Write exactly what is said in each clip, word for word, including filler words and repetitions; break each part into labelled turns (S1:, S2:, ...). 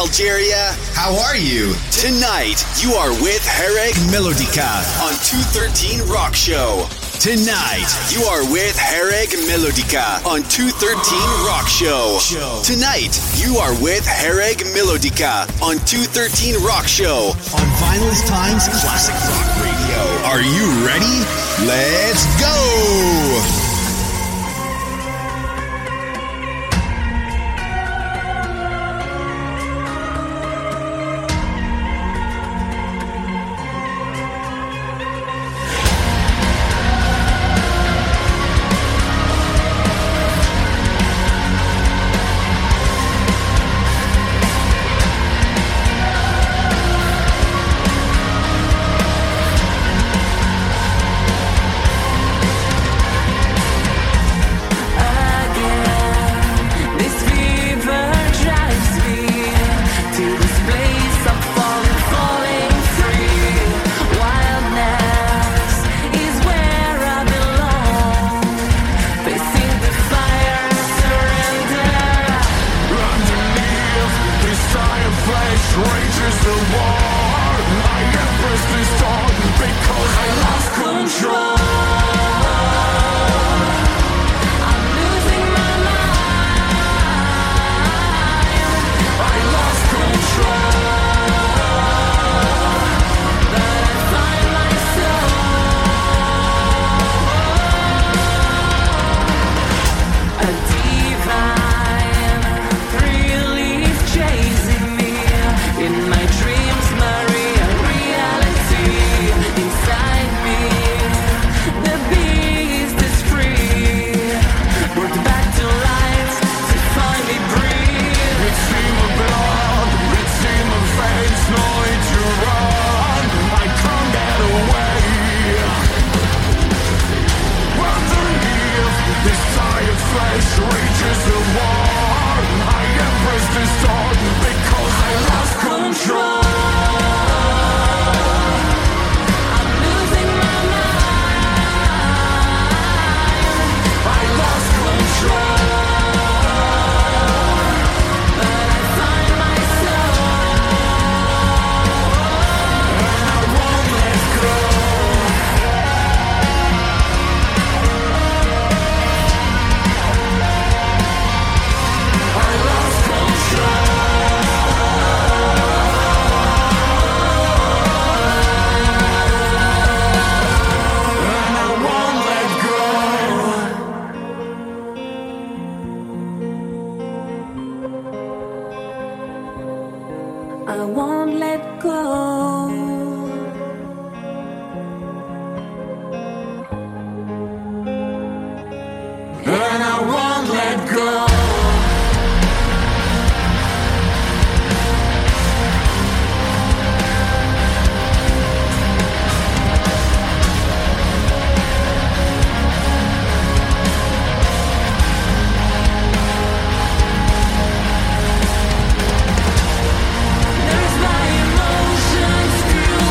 S1: Algeria. How are you? Tonight, you are with Hereg Melodica on two thirteen Rock Show. Tonight, you are with Hereg Melodica on two thirteen Rock Show. Tonight, you are with Hereg Melodica on two thirteen Rock Show on Vinylist Times Classic Rock Radio. Are you ready? Let's go!
S2: There's my emotions through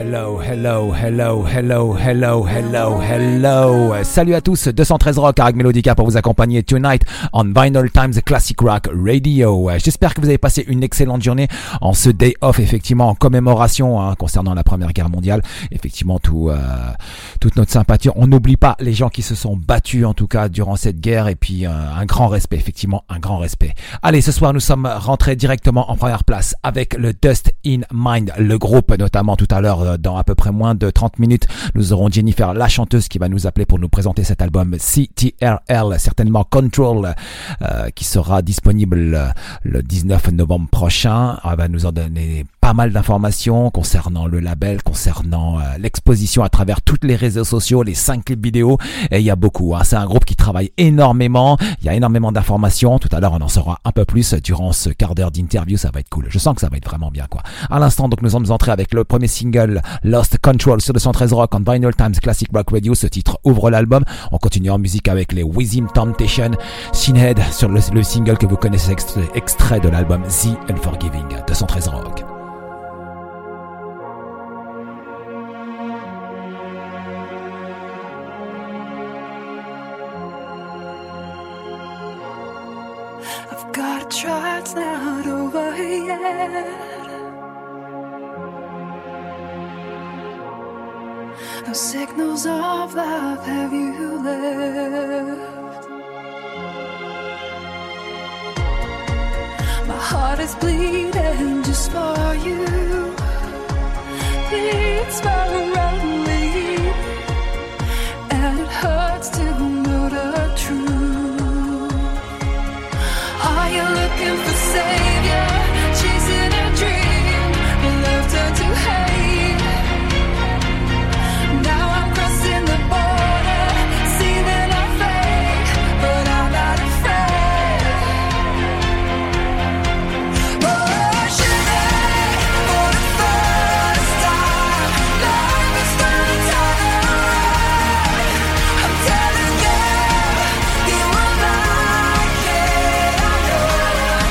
S2: hello, hello, hello, hello, hello, hello, hello. Salut à tous, deux cent treize Rock avec Melodica pour vous accompagner tonight on Vinyl Times Classic Rock Radio. J'espère que vous avez passé une excellente journée en ce day off, effectivement, en commémoration hein, concernant la Première Guerre mondiale. Effectivement, tout, euh, toute notre sympathie. On n'oublie pas les gens qui se sont battus, en tout cas, durant cette guerre. Et puis, euh, un grand respect, effectivement, un grand respect. Allez, ce soir, nous sommes rentrés directement en première place avec le Dust in Mind, le groupe, notamment tout à l'heure, dans à peu près moins de trente minutes, nous aurons Jennifer, la chanteuse, qui va nous appeler pour nous présenter cet album C T R L, certainement Control, euh, qui sera disponible le dix-neuf novembre prochain. Elle va nous en donner pas mal d'informations concernant le label, concernant euh, l'exposition à travers toutes les réseaux sociaux, les cinq clips vidéo, et il y a beaucoup. Hein. C'est un groupe qui travaille énormément, il y a énormément d'informations. Tout à l'heure, on en saura un peu plus durant ce quart d'heure d'interview, ça va être cool. Je sens que ça va être vraiment bien, quoi. À l'instant, donc, nous sommes entrés avec le premier single, Lost Control, sur deux cent treize Rock on Vinyl Times Classic Rock Radio. Ce titre ouvre l'album. On continue en musique avec les Within Temptation, Shinhead sur le, le single que vous connaissez, extrait, extrait de l'album The Unforgiving, deux cent treize Rock.
S3: I've got a try, it's not over yet. No signals of love have you left. My heart is bleeding just for you. Bleeds slowly, and it hurts to know the truth. Are you looking for savior, chasing a dream, love turned to hate? Now I'm crossing the border, sealing our fate, but I'm not afraid. Oh, should I, for the first time, life is gonna turn around. I'm telling you, you will like it, I know.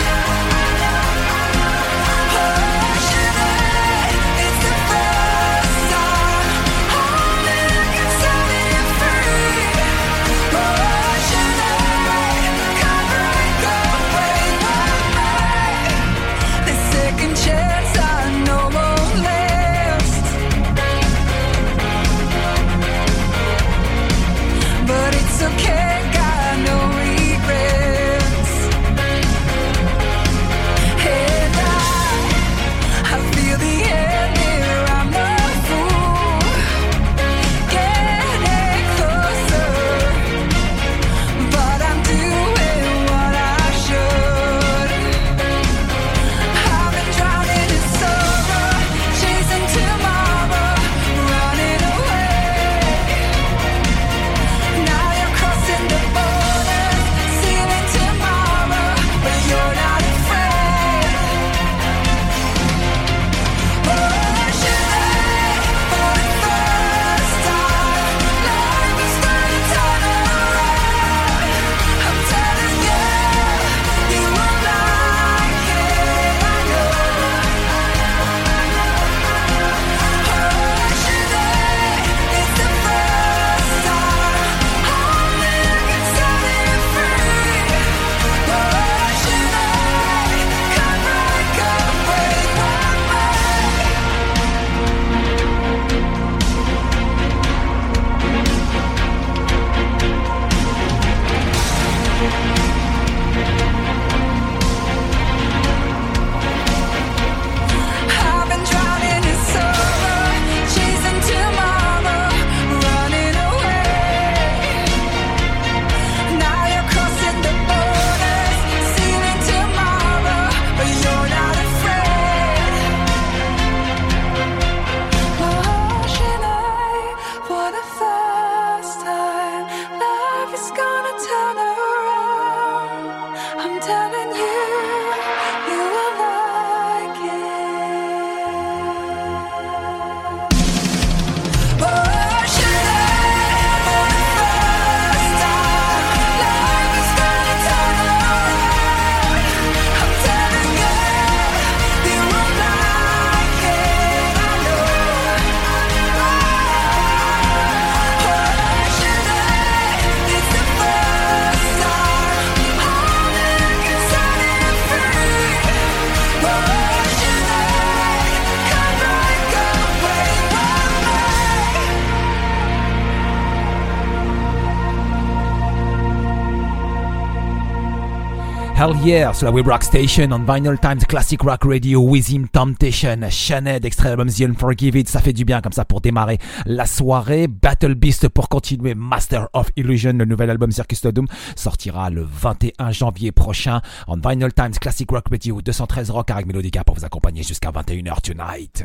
S3: Oh, should I, it's the first time, only can set you free. Oh, should I, come break away my mind. The second chance I know won't last, but it's okay, got no regrets. And I, I feel the end here, I'm no fool, getting closer, but I'm doing what I should. I've been drowning in so
S2: Hell Yeah sur la Web Rock Station on Vinyl Times Classic Rock Radio with Him Temptation, Shaned, extrait de l'album The Unforgive It, ça fait du bien comme ça pour démarrer la soirée. Battle Beast pour continuer, Master of Illusion, le nouvel album Circus to Doom sortira le vingt et un janvier prochain on Vinyl Times Classic Rock Radio deux cent treize Rock avec Melodica pour vous accompagner jusqu'à vingt et une heures tonight.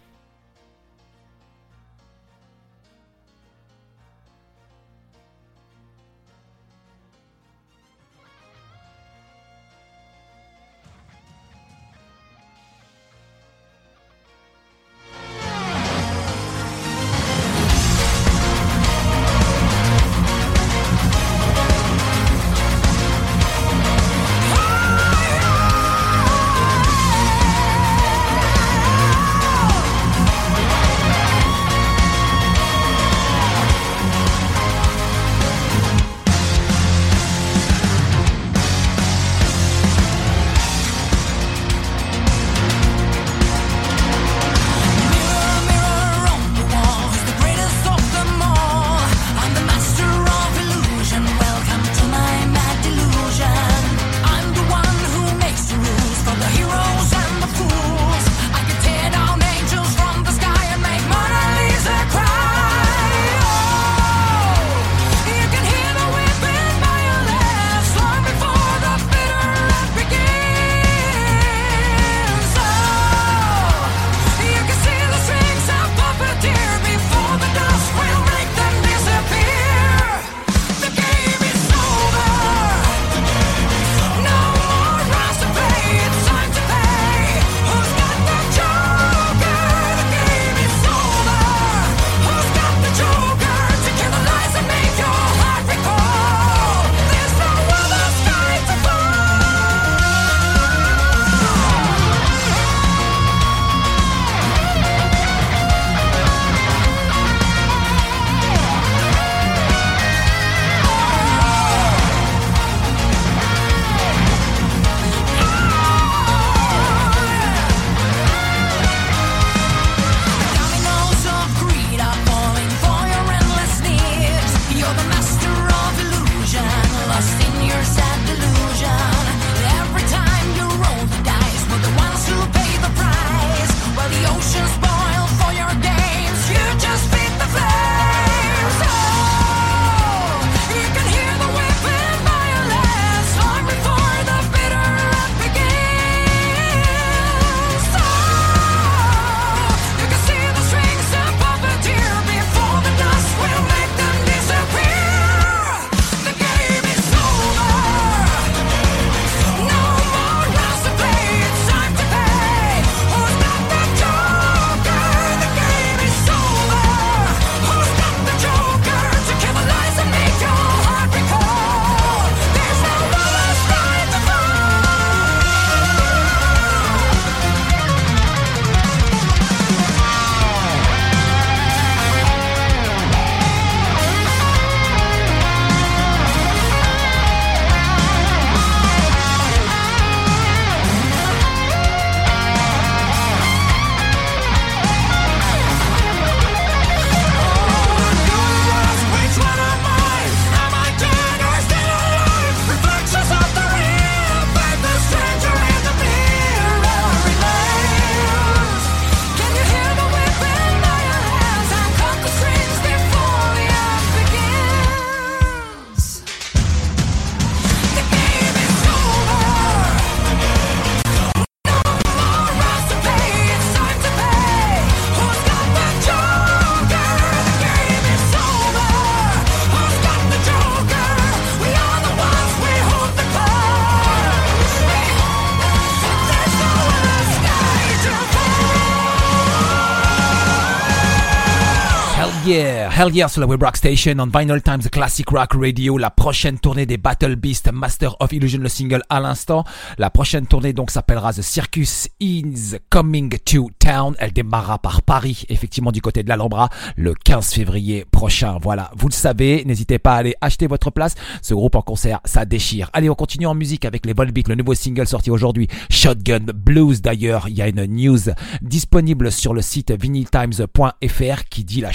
S2: Yeah, Hell Yeah sur la Web Rock Station on Vinyl Times Classic Rock Radio. La prochaine tournée des Battle Beast, Master of Illusion, le single à l'instant. La prochaine tournée donc s'appellera The Circus is Coming to Town. Elle démarrera par Paris, effectivement du côté de l'Alhambra, le quinze février prochain. Voilà, vous le savez, n'hésitez pas à aller acheter votre place. Ce groupe en concert, ça déchire. Allez, on continue en musique avec les Volbeat, le nouveau single sorti aujourd'hui, Shotgun Blues. D'ailleurs, il y a une news disponible sur le site vinyl times point f r qui dit la chose suivante.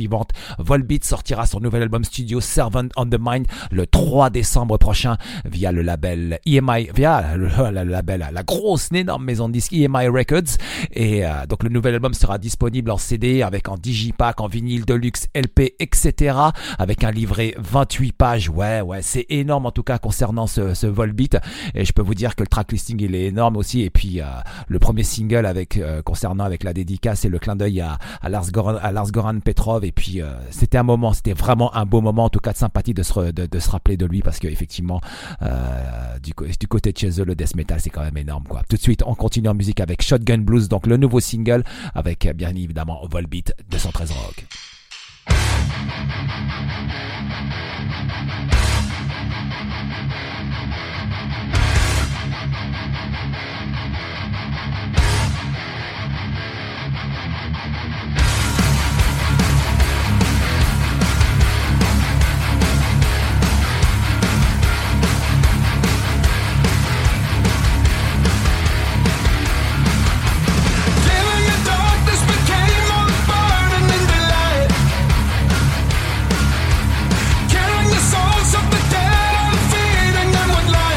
S2: suivante. Volbeat sortira son nouvel album studio Servant on the Mind le trois décembre prochain via le label E M I, via le, le label, la grosse, énorme maison de disques E M I Records. Et euh, donc le nouvel album sera disponible en C D, avec en digipack, en vinyle deluxe, L P, et cetera. Avec un livret vingt-huit pages. Ouais, ouais, c'est énorme en tout cas concernant ce, ce Volbeat. Et je peux vous dire que le track listing il est énorme aussi. Et puis euh, le premier single avec euh, concernant avec la dédicace et le clin d'œil à, à Lars Goran, à Lars Goran Petrov. Et puis euh, c'était un moment, c'était vraiment un beau moment en tout cas de sympathie de se, de, de se rappeler de lui, parce que effectivement euh, du, du côté de chez eux le death metal c'est quand même énorme quoi. Tout de suite on continue en musique avec Shotgun Blues, donc le nouveau single avec bien évidemment Volbeat deux cent treize Rock.
S4: Carrying the souls of the dead and feeding them with life.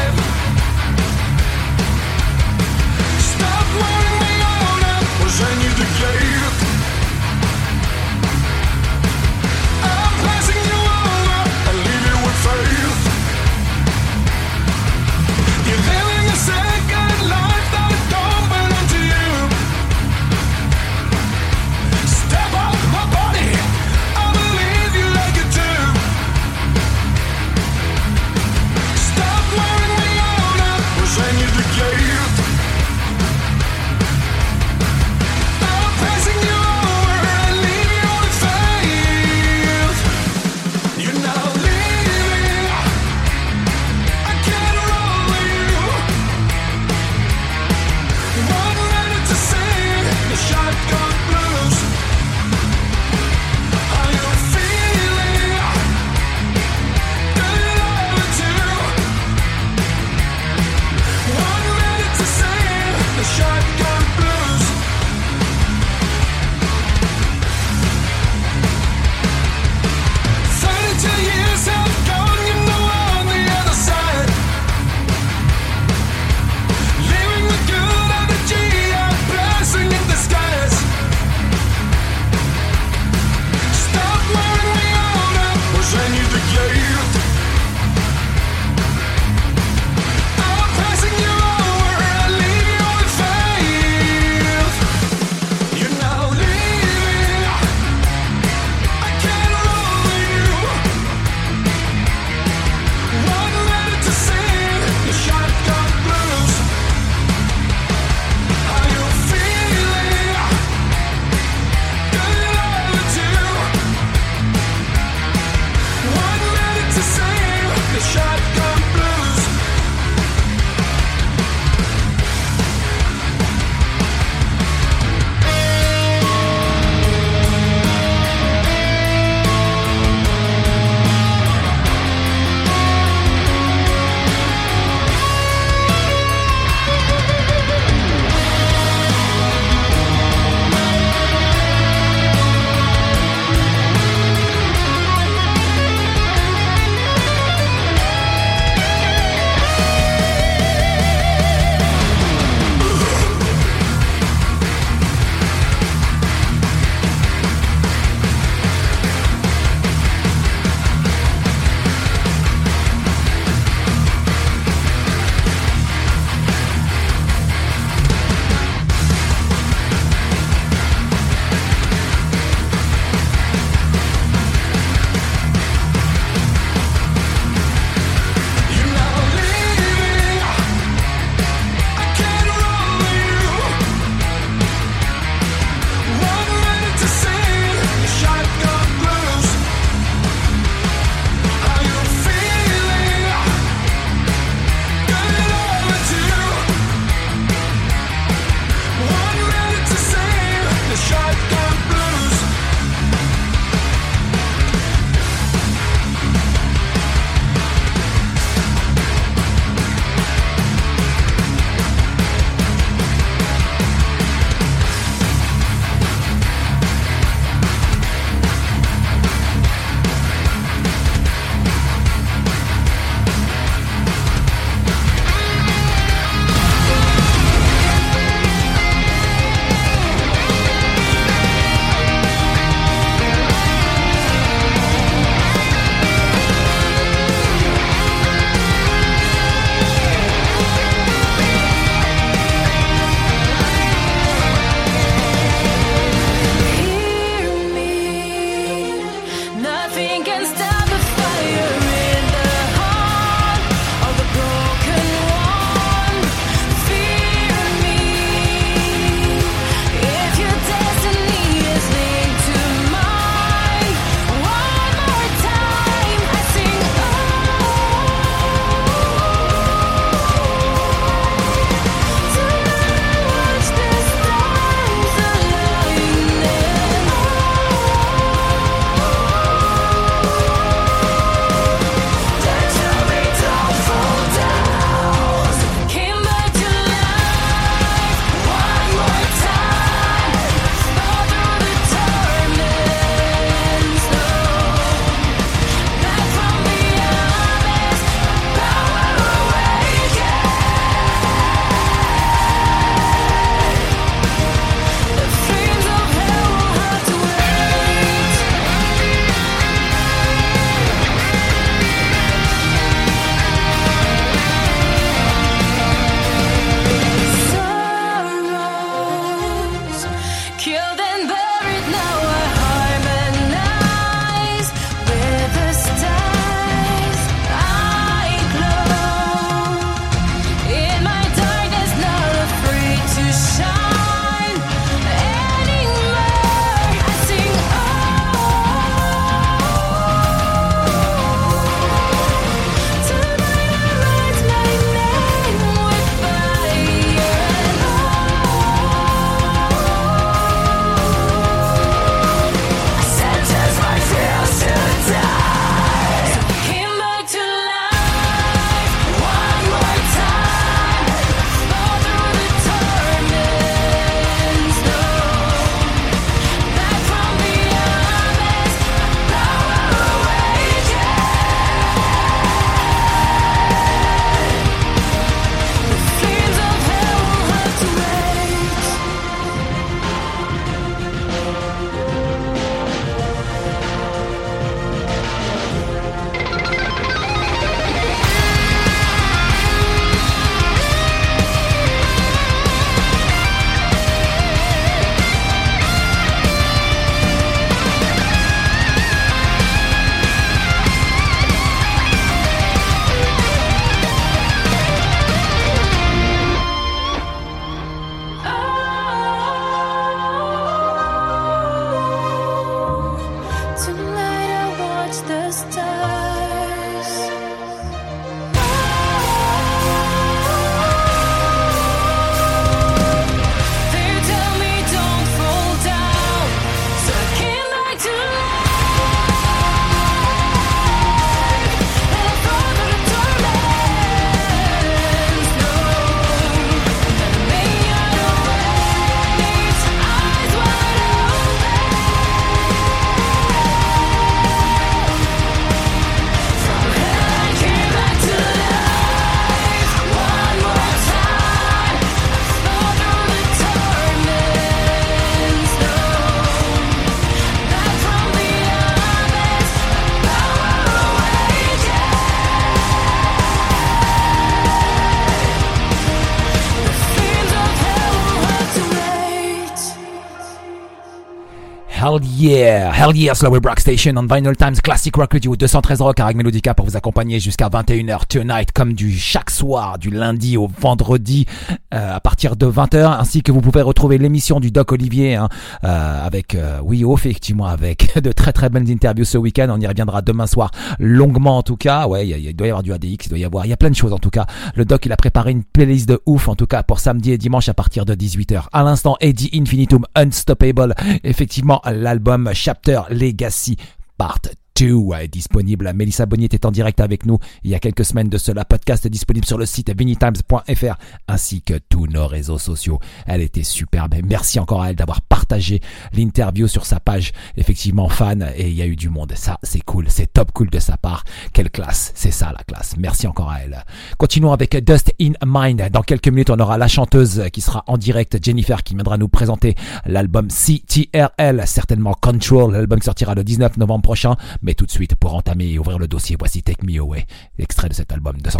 S2: Hell yeah, hell yeah, sur la Web Rock Station on Vinyl Times Classic Rock Radio deux cent treize Rock avec Melodica pour vous accompagner jusqu'à vingt et une heures tonight, comme du chaque soir, du lundi au vendredi euh, à partir de vingt heures, ainsi que vous pouvez retrouver l'émission du Doc Olivier hein, euh, avec, euh, oui, effectivement, avec de très très belles interviews ce week-end. On y reviendra demain soir longuement en tout cas. Ouais, il, y a, il doit y avoir du A D X, il doit y avoir, il y a plein de choses en tout cas. Le Doc, il a préparé une playlist de ouf en tout cas pour samedi et dimanche à partir de dix-huit heures. À l'instant, Eddie Infinitum Unstoppable, effectivement l'album Chapter Legacy Part deux est disponible. Mélissa Bonnier était en direct avec nous il y a quelques semaines de cela. Podcast est disponible sur le site vinnytimes point f r ainsi que tous nos réseaux sociaux. Elle était superbe. Merci encore à elle d'avoir partagé l'interview sur sa page. Effectivement fan et il y a eu du monde. Ça c'est cool, c'est top cool de sa part. Quelle classe, c'est ça la classe. Merci encore à elle. Continuons avec Dust in Mind. Dans quelques minutes on aura la chanteuse qui sera en direct, Jennifer, qui viendra nous présenter l'album C T R L, certainement Control. L'album sortira le dix-neuf novembre prochain. Mais tout de suite, pour entamer et ouvrir le dossier, voici Take Me Away, extrait de cet album deux cent.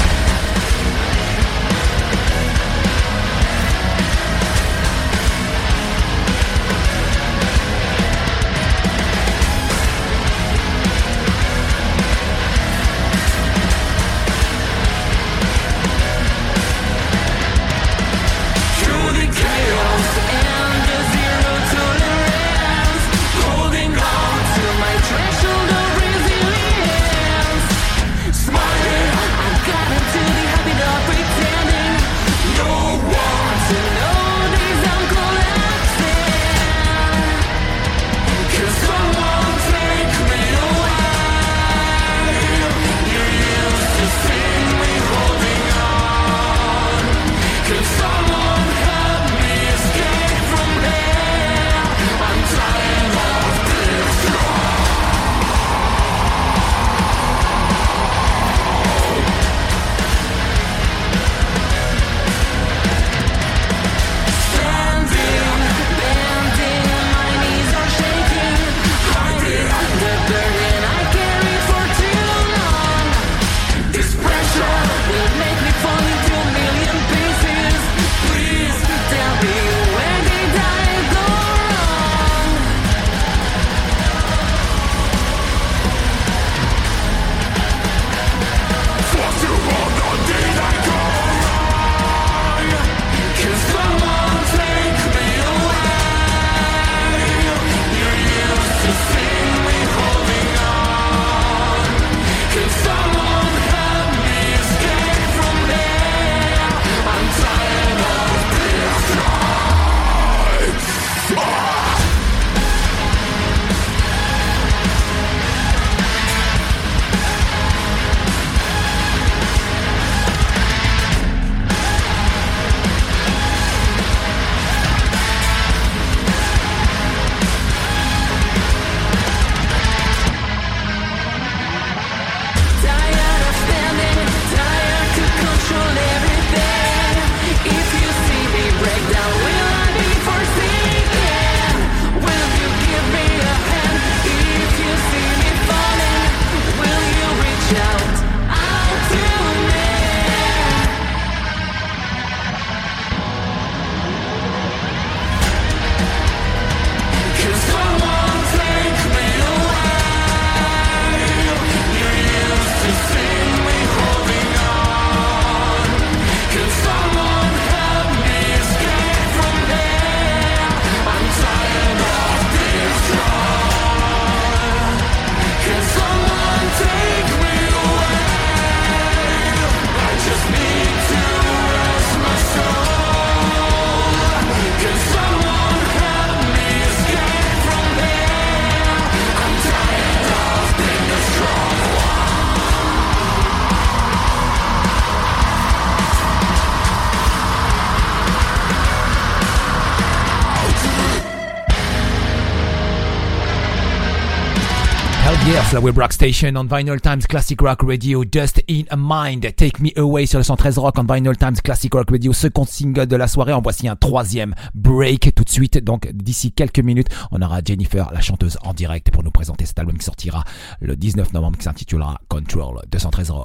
S2: La Web Rock Station on Vinyl Times Classic Rock Radio, Dust in a Mind, Take Me Away sur le cent treize Rock on Vinyl Times Classic Rock Radio, second single de la soirée. En voici un troisième, Break, tout de suite. Donc d'ici quelques minutes, on aura Jennifer, la chanteuse, en direct pour nous présenter cet album qui sortira le dix-neuf novembre, qui s'intitulera Control, deux cent treize Rock.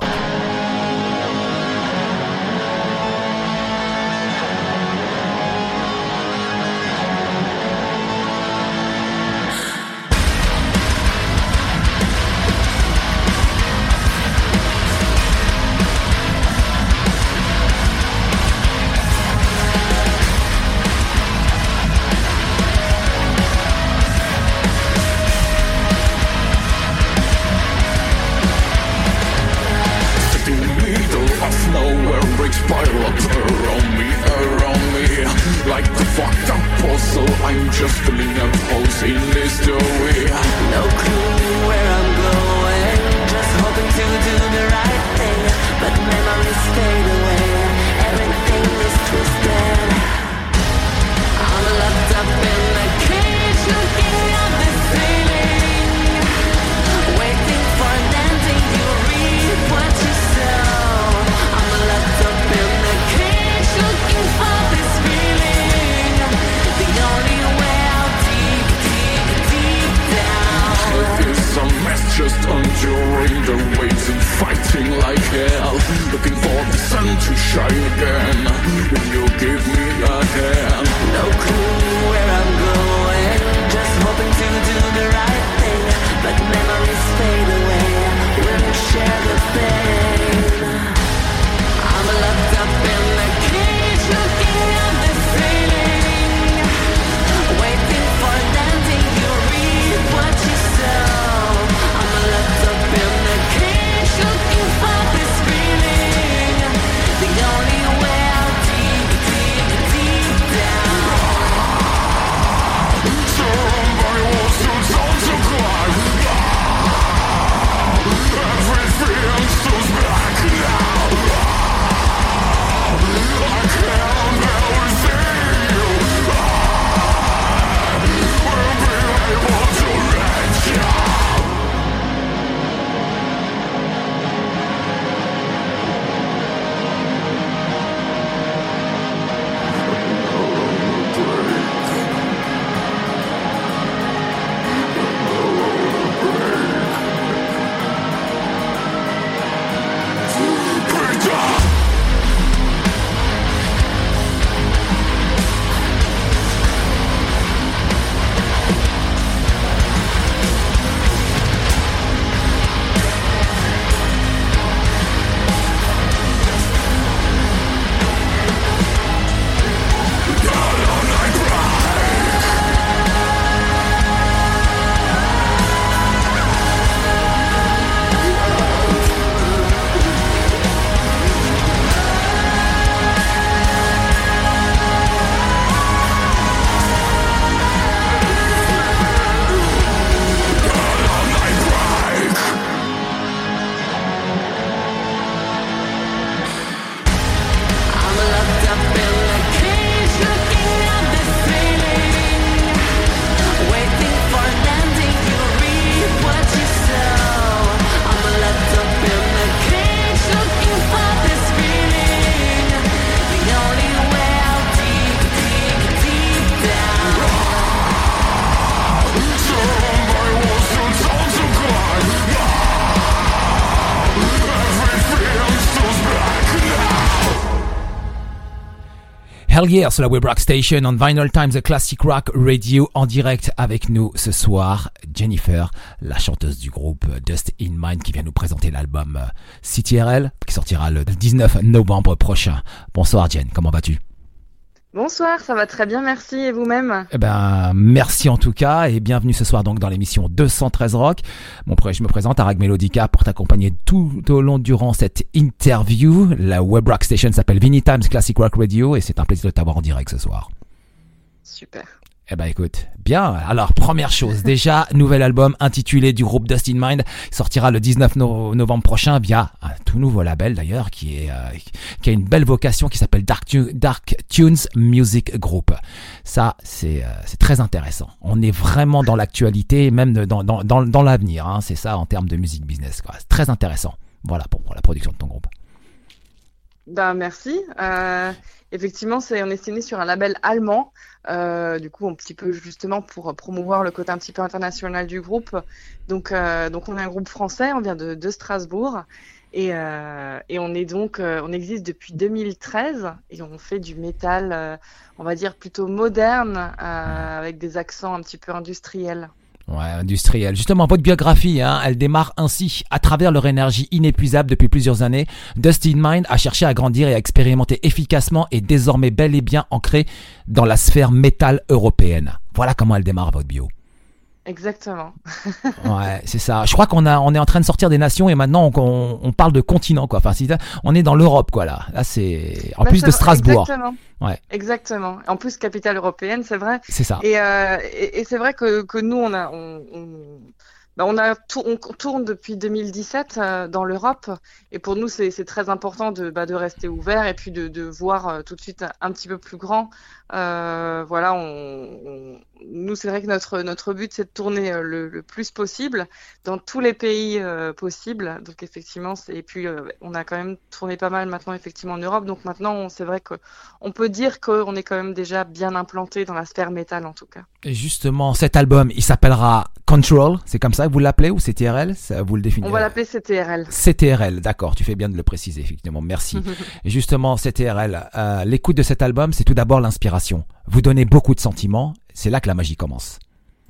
S4: I'm just filling up holes in history.
S3: No clue where I'm going, just hoping to do the right thing, but memories fade away, everything is twisted. I'm locked up in a cage, looking at the ceiling, waiting for an ending, you reap what you sow. I'm locked up in a cage, looking for this feeling, the only way out, deep, deep, deep down.
S4: It's a mess, just enduring the waves and fighting like hell, looking for the sun to shine again. Will you give me a hand?
S3: No clue where I'm going, just hoping to do the right thing, but memories fade away when we share the pain. I'm locked up in the cage, looking at the ceiling, waiting for an ending, you reap what you sow. I'm locked up in the cage, looking for this feeling, the only way out, deep, deep, deep down.
S4: Somebody wants to talk to climb. Everything feels black now. I can't ever see you. We'll be able to let you.
S3: I'm locked up in a cage, looking at the ceiling, waiting for an ending, you reap what you sow. I'm locked up in a cage, looking for this feeling, the only way out, deep, deep, deep down.
S4: Somebody wants to talk to climb. Everything feels black now.
S2: Hell yeah, sur la Web Rock Station, on Vinyl Times, the Classic Rock Radio, en direct avec nous ce soir, Jennifer, la chanteuse du groupe Dust in Mind, qui vient nous présenter l'album C T R L, qui sortira le dix-neuf novembre prochain. Bonsoir Jen, comment vas-tu?
S5: Bonsoir, ça va très bien, merci. Et vous-même?
S2: Eh ben, merci en tout cas et bienvenue ce soir donc dans l'émission deux cent treize Rock. Bon, je me présente, Harag Melodica, pour t'accompagner tout au long durant cette interview. La Web Rock Station s'appelle Vinyl Times Classic Rock Radio et c'est un plaisir de t'avoir en direct ce soir.
S5: Super.
S2: Eh ben écoute, bien. Alors première chose, déjà nouvel album intitulé du groupe Dust in Mind sortira le dix-neuf novembre prochain via un tout nouveau label d'ailleurs qui est euh, qui a une belle vocation qui s'appelle Dark, Tu- Dark Tunes Music Group. Ça c'est euh, c'est très intéressant. On est vraiment dans l'actualité, même dans dans dans, dans l'avenir. Hein. C'est ça en termes de musique business. Quoi. C'est très intéressant. Voilà pour, pour la production de ton groupe.
S5: Ben merci. Euh, effectivement, c'est on est signé sur un label allemand. Euh, du coup, un petit peu justement pour promouvoir le côté un petit peu international du groupe. Donc, euh, donc on est un groupe français. On vient de, de Strasbourg et, euh, et on est donc euh, on existe depuis deux mille treize et on fait du métal, euh, on va dire plutôt moderne, euh, avec des accents un petit peu industriels.
S2: Ouais, industriel. Justement, votre biographie, hein, elle démarre ainsi. À travers leur énergie inépuisable depuis plusieurs années, Dust in Mind a cherché à grandir et à expérimenter efficacement et désormais bel et bien ancrée dans la sphère métal européenne. Voilà comment elle démarre votre bio.
S5: Exactement.
S2: Ouais, c'est ça. Je crois qu'on a, on est en train de sortir des nations et maintenant on, on, on parle de continent, quoi. Enfin, si, on est dans l'Europe, quoi, là. Là, c'est en
S5: Bah,
S2: plus
S5: c'est
S2: de
S5: vrai,
S2: Strasbourg.
S5: exactement.
S2: Ouais,
S5: Exactement. En plus, capitale européenne, c'est vrai.
S2: c'est ça.
S5: Et, euh, et, et c'est vrai que, que nous, on a, on, on, bah, on a tour- on tourne depuis deux mille dix-sept euh, dans l'Europe. Et pour nous, c'est, c'est très important de, bah, de rester ouvert et puis de, de voir euh, tout de suite un, un petit peu plus grand. Euh, voilà, on, on- nous, c'est vrai que notre, notre but, c'est de tourner euh, le, le plus possible dans tous les pays euh, possibles. Donc, effectivement, c'est, et puis, euh, on a quand même tourné pas mal maintenant, effectivement, en Europe. Donc, maintenant, on- c'est vrai que on peut dire qu'on est quand même déjà bien implanté dans la sphère métal, en tout cas.
S2: Et justement, cet album, il s'appellera Control. C'est comme ça que vous l'appelez ou C T R L? Ça, vous le définissez?
S5: On va l'appeler C T R L.
S2: C T R L, d'accord, tu fais bien de le préciser, effectivement, merci. Et justement, C T R L, euh, l'écoute de cet album, c'est tout d'abord l'inspiration. Vous donnez beaucoup de sentiments, c'est là que la magie commence.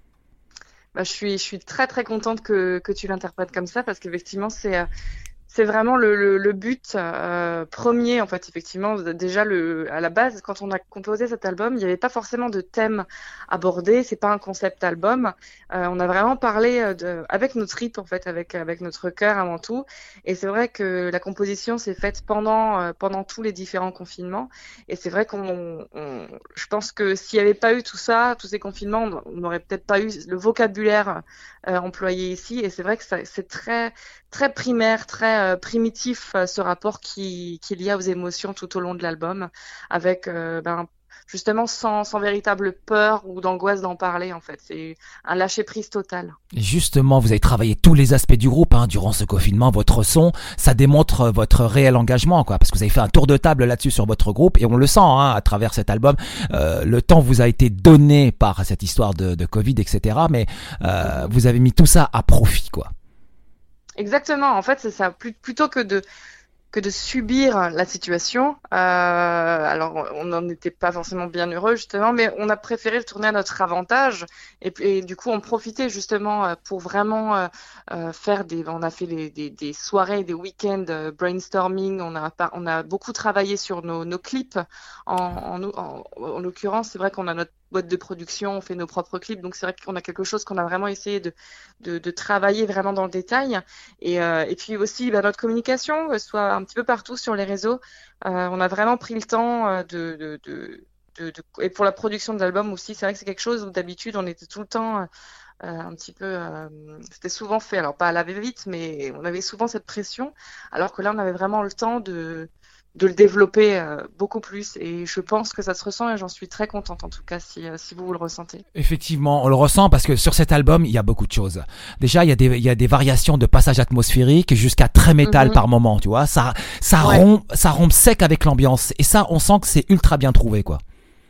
S5: Bah, je suis, je suis très très contente que, que tu l'interprètes comme ça parce qu'effectivement c'est, euh, c'est vraiment le, le, le but euh, premier en fait effectivement déjà le à la base quand on a composé cet album il n'y avait pas forcément de thème abordé, c'est pas un concept album. Euh, on a vraiment parlé de, avec nos tripes en fait, avec avec notre cœur avant tout, et c'est vrai que la composition s'est faite pendant euh, pendant tous les différents confinements, et c'est vrai qu'on on- je pense que s'il n'y avait pas eu tout ça, tous ces confinements, on n'aurait peut-être pas eu le vocabulaire euh, employé ici, et c'est vrai que ça, c'est très très primaire, très euh, primitif euh, ce rapport qui qu'il y a aux émotions tout au long de l'album, avec euh, ben justement sans sans véritable peur ou d'angoisse d'en parler en fait. C'est un lâcher prise total.
S2: Et justement, vous avez travaillé tous les aspects du groupe hein, durant ce confinement. Votre son, ça démontre votre réel engagement, quoi, parce que vous avez fait un tour de table là-dessus sur votre groupe et on le sent hein, à travers cet album. Euh, le temps vous a été donné par cette histoire de, de Covid, et cetera. Mais euh, vous avez mis tout ça à profit, quoi.
S5: Exactement. En fait, c'est ça. Plus- Plutôt que de que de subir la situation. Euh, alors, on n'en était pas forcément bien heureux, justement, mais on a préféré le tourner à notre avantage. Et, puis- et du coup, on profitait justement euh, pour vraiment euh, euh, faire des... On a fait des, des, des soirées, des week-ends euh, brainstorming. On a, pas- on a beaucoup travaillé sur nos, nos clips. En, en, en, en l'occurrence, c'est vrai qu'on a notre boîte de production, on fait nos propres clips. Donc, c'est vrai qu'on a quelque chose qu'on a vraiment essayé de, de, de travailler vraiment dans le détail. Et, euh, et puis aussi, bah, notre communication, euh, soit un petit peu partout sur les réseaux. Euh, on a vraiment pris le temps euh, de, de, de, de, de- et pour la production de l'album aussi, c'est vrai que c'est quelque chose où d'habitude on était tout le temps euh, un petit peu, euh, c'était souvent fait, alors pas à la va-vite, mais on avait souvent cette pression, alors que là on avait vraiment le temps de de le développer euh, beaucoup plus, et je pense que ça se ressent et j'en suis très contente en tout cas si, euh, si vous, vous le ressentez.
S2: Effectivement, on le ressent parce que sur cet album, il y a beaucoup de choses. Déjà, il y a des, il y a des variations de passages atmosphériques jusqu'à très métal
S5: Mhm.
S2: par moment, tu vois. Ça, ça
S5: Ouais.
S2: rompt, ça rompt sec avec l'ambiance. Et ça, on sent que c'est ultra bien trouvé, quoi.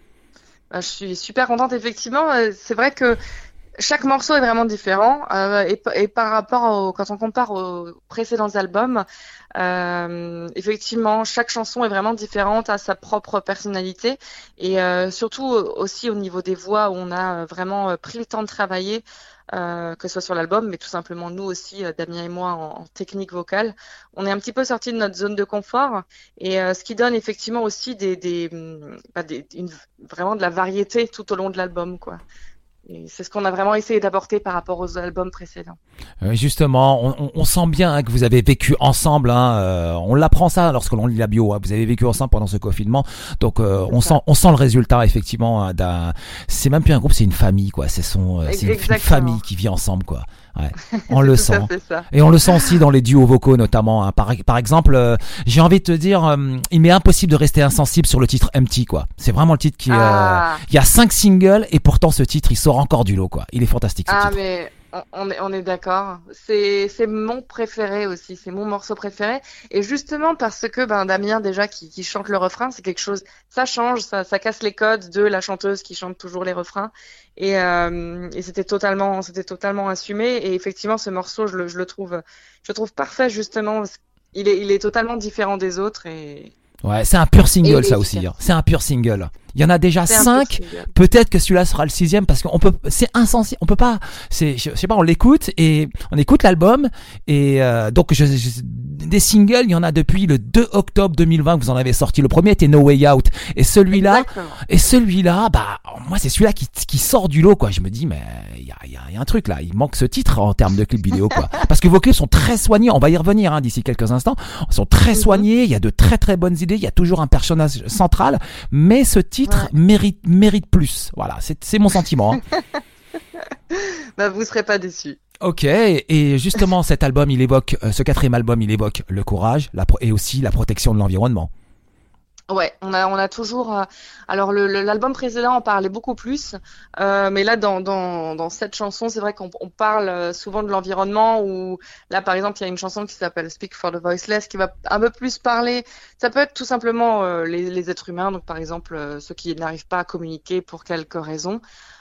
S5: Bah, je suis super contente effectivement. Euh, C'est vrai que chaque morceau est vraiment différent euh, et, p- et par rapport au, quand on compare aux précédents albums, euh, effectivement, chaque chanson est vraiment différente, à sa propre personnalité, et euh, surtout aussi au niveau des voix où on a vraiment euh, pris le temps de travailler, euh, que ce soit sur l'album, mais tout simplement nous aussi, euh, Damien et moi, en, en technique vocale, on est un petit peu sorti de notre zone de confort, et euh, ce qui donne effectivement aussi des, des, hum, bah, des une, vraiment de la variété tout au long de l'album, quoi. Et c'est ce qu'on a vraiment essayé d'apporter par rapport aux albums précédents.
S2: Euh, justement, on, on, on sent bien hein, que vous avez vécu ensemble. Hein, euh, on l'apprend ça lorsque l'on lit la bio. Hein, vous avez vécu ensemble pendant ce confinement, donc euh, on
S5: ça.
S2: sent, on sent le résultat effectivement hein, d'un. C'est même plus un groupe, c'est une famille, quoi. C'est son, euh, c'est une, une
S5: Exactement.
S2: famille qui vit ensemble, quoi. Ouais, on le
S5: C'est
S2: sent.
S5: tout à fait ça.
S2: Et on le sent aussi dans les duos vocaux notamment. Hein. Par, par exemple, euh, j'ai envie de te dire, euh, il m'est impossible de rester insensible sur le titre Empty, quoi. C'est vraiment le titre qui. Euh,
S5: Ah,
S2: il y a cinq singles et pourtant ce titre, il sort encore du lot, quoi. Il est fantastique ce
S5: ah
S2: titre.
S5: mais on, on est, on est d'accord. C'est, c'est mon préféré aussi. C'est mon morceau préféré. Et justement parce que ben Damien déjà qui, qui chante le refrain, c'est quelque chose. Ça change, ça, ça casse les codes de la chanteuse qui chante toujours les refrains. Et, euh, et c'était totalement, c'était totalement assumé. Et effectivement, ce morceau, je le, je le trouve, je le trouve parfait justement. Parce qu'il est, il est totalement différent des autres et
S2: Ouais, c'est un pur single,
S5: Et
S2: ça aussi.
S5: efficace.
S2: Hein. C'est un pur single. Il y en a déjà
S5: C'est un
S2: cinq.
S5: peu single.
S2: Peut-être que celui-là sera le sixième parce qu'on peut. C'est insensé. On peut pas. C'est. Je, je sais pas. On l'écoute et on écoute l'album et euh, donc je, je- des singles. Il y en a depuis le deux octobre deux mille vingt que vous en avez sorti. Le premier était No Way Out et celui-là.
S5: Exactement.
S2: Et celui-là, bah moi c'est celui-là qui, qui sort du lot quoi. Je me dis mais il y a, il y, a, il y a un truc là. Il manque ce titre en termes de clip vidéo quoi. Parce que vos clips sont très soignés. On va y revenir hein, d'ici quelques instants. Ils sont très
S5: Mhm.
S2: soignés. Il y a de très très bonnes idées. Il y a toujours un personnage central. Mais ce titre
S5: Ouais.
S2: mérite mérite plus. Voilà, c'est c'est mon sentiment. Hein.
S5: Bah, vous serez pas déçus.
S2: Ok, et justement cet album, il évoque, euh, ce quatrième album, il évoque le courage la pro- et aussi la protection de l'environnement.
S5: Ouais, on a, on a toujours. euh, alors le, le- l'album précédent en parlait beaucoup plus, euh, mais là dans dans dans cette chanson, c'est vrai qu'on on parle euh, souvent de l'environnement. Ou là par exemple, il y a une chanson qui s'appelle Speak for the Voiceless, qui va un peu plus parler. Ça peut être tout simplement euh, les les êtres humains, donc par exemple euh, ceux qui n'arrivent pas à communiquer pour quelques raisons.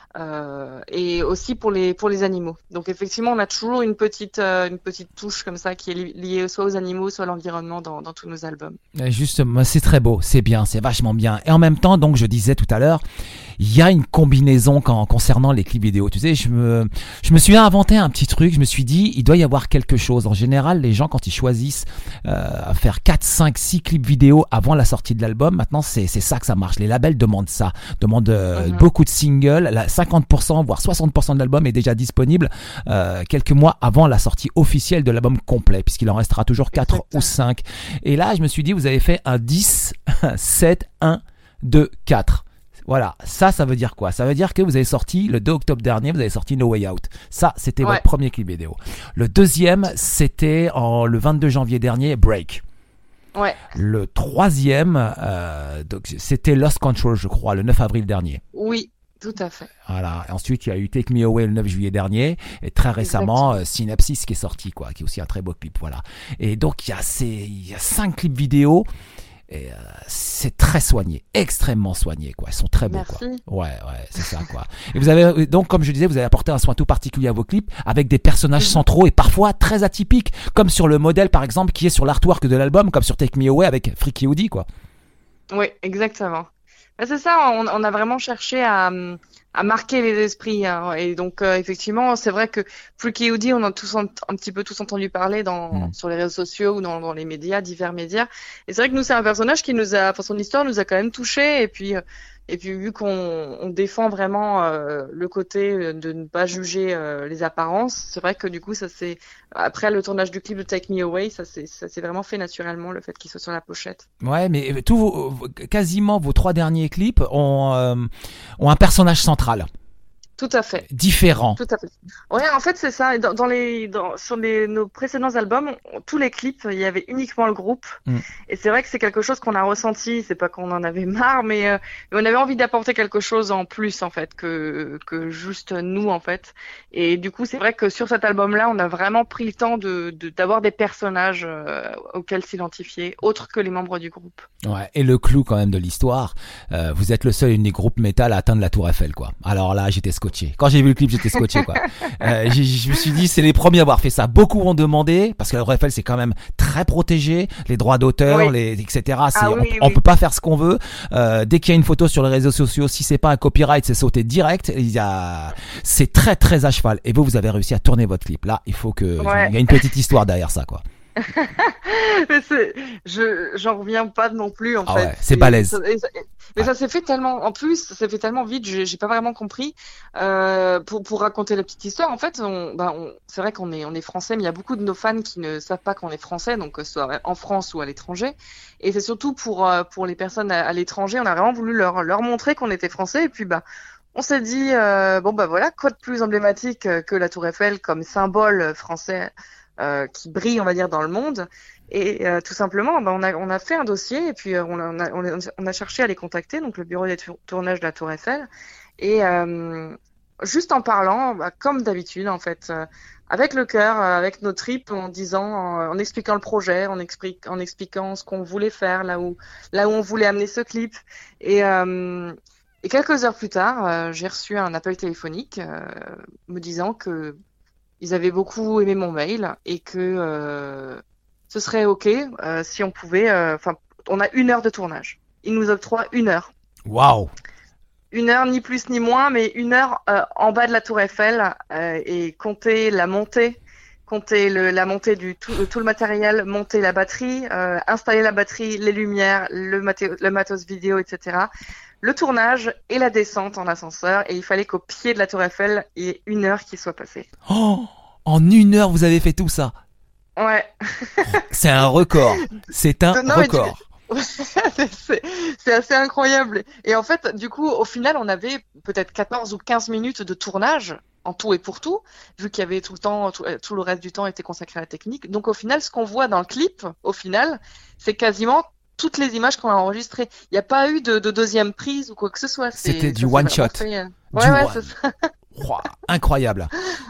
S5: Euh, et aussi pour les pour les animaux. Donc effectivement, on a toujours une petite euh, une petite touche comme ça qui est li- liée soit aux animaux, soit à l'environnement dans dans tous nos albums.
S2: Euh, Justement, c'est très beau, c'est bien, c'est vachement bien. Et en même temps, donc je disais tout à l'heure, il y a une combinaison quand, concernant les clips vidéo. Tu sais, je me, je me suis inventé un petit truc. Je me suis dit, il doit y avoir quelque chose. En général, les gens quand ils choisissent euh, faire quatre, cinq, six clips vidéo avant la sortie de l'album, maintenant c'est c'est ça que ça marche. Les labels demandent ça, demandent euh,
S5: Mhm.
S2: beaucoup de singles. La cinquante pour cent voire soixante pour cent de l'album est déjà disponible euh, quelques mois avant la sortie officielle de l'album complet, puisqu'il en restera toujours quatre
S5: Exactement.
S2: ou cinq. Et là, je me suis dit, vous avez fait un dix, sept, un, deux, quatre. Voilà, ça, ça veut dire quoi? Ça veut dire que vous avez sorti, le deux octobre dernier, vous avez sorti No Way Out. Ça, c'était
S5: Ouais.
S2: votre premier clip vidéo. Le deuxième, c'était en, le vingt-deux janvier dernier, Break.
S5: Ouais.
S2: Le troisième, euh, donc, c'était Lost Control, je crois, le neuf avril dernier.
S5: Oui, tout à fait.
S2: Voilà. Et ensuite, il y a eu Take Me Away le neuf juillet dernier. Et très récemment, euh, Synapsis qui est sorti, quoi, qui est aussi un très beau clip. Voilà. Et donc, il y a ces, il y a cinq clips vidéo. Et euh, c'est très soigné, extrêmement soigné, quoi. Ils sont très beaux,
S5: Merci.
S2: quoi. Ouais, ouais, c'est ça, quoi. Et vous avez, donc, comme je disais, vous avez apporté un soin tout particulier à vos clips, avec des personnages
S5: Mhm.
S2: centraux et parfois très atypiques, comme sur le modèle, par exemple, qui est sur l'artwork de l'album, comme sur Take Me Away avec Freaky Woody, quoi.
S5: Oui, exactement. Bah, c'est ça, on, on a vraiment cherché à, hum, à marquer les esprits, hein. Et donc, euh, effectivement, c'est vrai que Freaky Woody, on a tous en- un petit peu tous entendu parler dans,
S2: Mhm.
S5: sur les réseaux sociaux ou dans, dans les médias, divers médias. Et c'est vrai que nous, c'est un personnage qui nous a, enfin, son histoire nous a quand même touchés. Et puis, euh, et puis vu qu'on on défend vraiment euh, le côté euh, de ne pas juger euh, les apparences, c'est vrai que du coup, ça c'est après le tournage du clip de Take Me Away, ça c'est ça s'est vraiment fait naturellement le fait qu'il soit sur la pochette.
S2: Ouais, mais tous vos, vos- quasiment vos trois derniers clips ont, euh, ont un personnage central,
S5: Tout à fait.
S2: différent.
S5: Tout à fait. Ouais, en fait, c'est ça. Et Dans, dans les, dans, sur les, nos précédents albums, on- tous les clips, il y avait uniquement le groupe.
S2: Mm.
S5: Et c'est vrai que c'est quelque chose qu'on a ressenti. C'est pas qu'on en avait marre, mais, euh, mais on avait envie d'apporter quelque chose en plus, en fait, que, que juste nous, en fait. Et du coup, c'est vrai que sur cet album-là, on a vraiment pris le temps de, de, d'avoir des personnages euh, auxquels s'identifier, autres que les membres du groupe.
S2: Ouais, et le clou quand même de l'histoire, euh, vous êtes le seul unique groupe métal à atteindre la Tour Eiffel, quoi. Alors là, j'étais scotché. Quand j'ai vu le clip, j'étais scotché, quoi. Euh, j'ai- je me suis dit, c'est les premiers à avoir fait ça. Beaucoup ont demandé, parce que la Tour Eiffel, c'est quand même très protégé, les droits d'auteur,
S5: Oui.
S2: les, et cetera. C'est,
S5: Ah
S2: on,
S5: oui,
S2: on
S5: oui.
S2: peut pas faire ce qu'on veut. Euh, dès qu'il y a une photo sur les réseaux sociaux, si c'est pas un copyright, c'est sauté direct. Il y a, c'est très très à cheval. Et vous, vous avez réussi à tourner votre clip. Là, il faut que,
S5: Ouais.
S2: il y a une petite histoire derrière ça, quoi.
S5: Mais c'est, je, j'en reviens pas non plus en
S2: Ah
S5: fait.
S2: ouais, c'est balèze.
S5: ça- et ça- et- mais ça s'est fait tellement, en plus, ça s'est fait tellement vite, j'ai, j'ai pas vraiment compris. Euh, pour pour raconter la petite histoire, en fait, on, bah, on, c'est vrai qu'on est on est français, mais il y a beaucoup de nos fans qui ne savent pas qu'on est français, donc que ce soit en France ou à l'étranger. Et c'est surtout pour euh, pour les personnes à, à l'étranger, on a vraiment voulu leur leur montrer qu'on était français. Et puis bah. On s'est dit, euh, bon bah voilà, quoi de plus emblématique euh, que la Tour Eiffel comme symbole français euh, qui brille, on va dire, dans le monde. Et euh, tout simplement, bah, on a on a fait un dossier et puis euh, on a, on a on a on a cherché à les contacter, donc le bureau des tour- tournages de la Tour Eiffel. Et euh, juste en parlant, bah, comme d'habitude en fait, euh, avec le cœur, euh, avec nos tripes, en disant, euh, en expliquant le projet, en, explique, en expliquant ce qu'on voulait faire, là où là où on voulait amener ce clip. Et euh, et quelques heures plus tard, euh, j'ai reçu un appel téléphonique euh, me disant que ils avaient beaucoup aimé mon mail et que euh, ce serait OK euh, si on pouvait, enfin on a une heure de tournage. Ils nous octroient une heure.
S2: Waouh.
S5: Une heure, ni plus ni moins, mais une heure euh, en bas de la Tour Eiffel euh, et compter la montée, compter le, la montée du tout, tout le matériel, monter la batterie, euh, installer la batterie, les lumières, le, maté- le matos vidéo, et cetera. Le tournage et la descente en ascenseur. Et il fallait qu'au pied de la Tour Eiffel, il y ait une heure qui soit passée.
S2: Oh, en une heure, vous avez fait tout ça.
S5: Ouais.
S2: C'est un record. C'est un
S5: Non, mais
S2: record.
S5: c'est, c'est assez incroyable. Et en fait, du coup, au final, on avait peut-être quatorze ou quinze minutes de tournage en tout et pour tout, vu qu'il y avait tout le temps, tout, tout le reste du temps était consacré à la technique. Donc au final, ce qu'on voit dans le clip, au final, c'est quasiment toutes les images qu'on a enregistrées. Il n'y a pas eu de, de deuxième prise ou quoi que ce soit. C'est,
S2: C'était du
S5: ça,
S2: one
S5: c'est vraiment
S2: shot.
S5: fait, euh,
S2: Du
S5: Ouais, ouais,
S2: one.
S5: c'est ça.
S2: Wow, incroyable.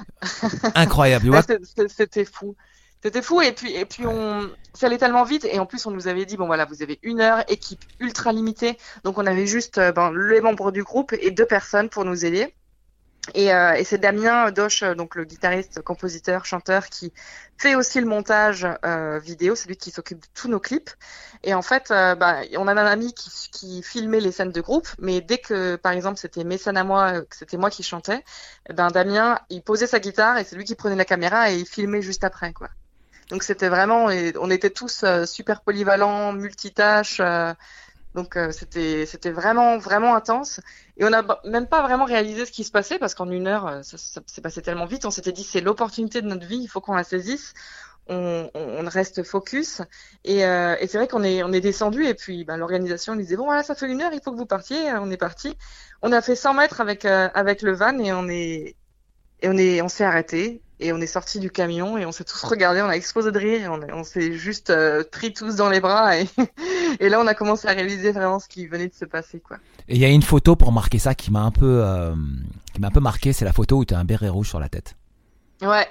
S2: Incroyable.
S5: Ouais, c'est- c'est- c'était fou. C'était fou et puis et puis on ça allait tellement vite et en plus on nous avait dit bon voilà vous avez une heure équipe ultra limitée donc on avait juste euh, ben, les membres du groupe et deux personnes pour nous aider et, euh, et c'est Damien Doche donc le guitariste compositeur chanteur qui fait aussi le montage euh, vidéo, c'est lui qui s'occupe de tous nos clips et en fait euh, ben, on a un ami qui qui filmait les scènes de groupe mais dès que par exemple c'était mes scènes à moi que c'était moi qui chantais ben Damien il posait sa guitare et c'est lui qui prenait la caméra et il filmait juste après quoi. Donc c'était vraiment, et on était tous euh, super polyvalents, multitâches, euh, donc euh, c'était c'était vraiment vraiment intense. Et on n'a b- même pas vraiment réalisé ce qui se passait parce qu'en une heure, euh, ça, ça s'est passé tellement vite. On s'était dit c'est l'opportunité de notre vie, il faut qu'on la saisisse. On, on, on reste focus. Et, euh, et c'est vrai qu'on est on est descendu et puis ben, l'organisation nous disait bon voilà ça fait une heure, il faut que vous partiez. On est parti. On a fait cent mètres avec euh, avec le van et on est et on est on s'est arrêté. Et on est sorti du camion et on s'est tous regardés, on a explosé de rire, et on, on s'est juste euh, pris tous dans les bras et, et là on a commencé à réaliser vraiment ce qui venait de se passer quoi.
S2: Et il y a une photo pour marquer ça qui m'a un peu, euh, qui m'a un peu marqué, c'est la photo où tu as un béret rouge sur la tête.
S5: Ouais.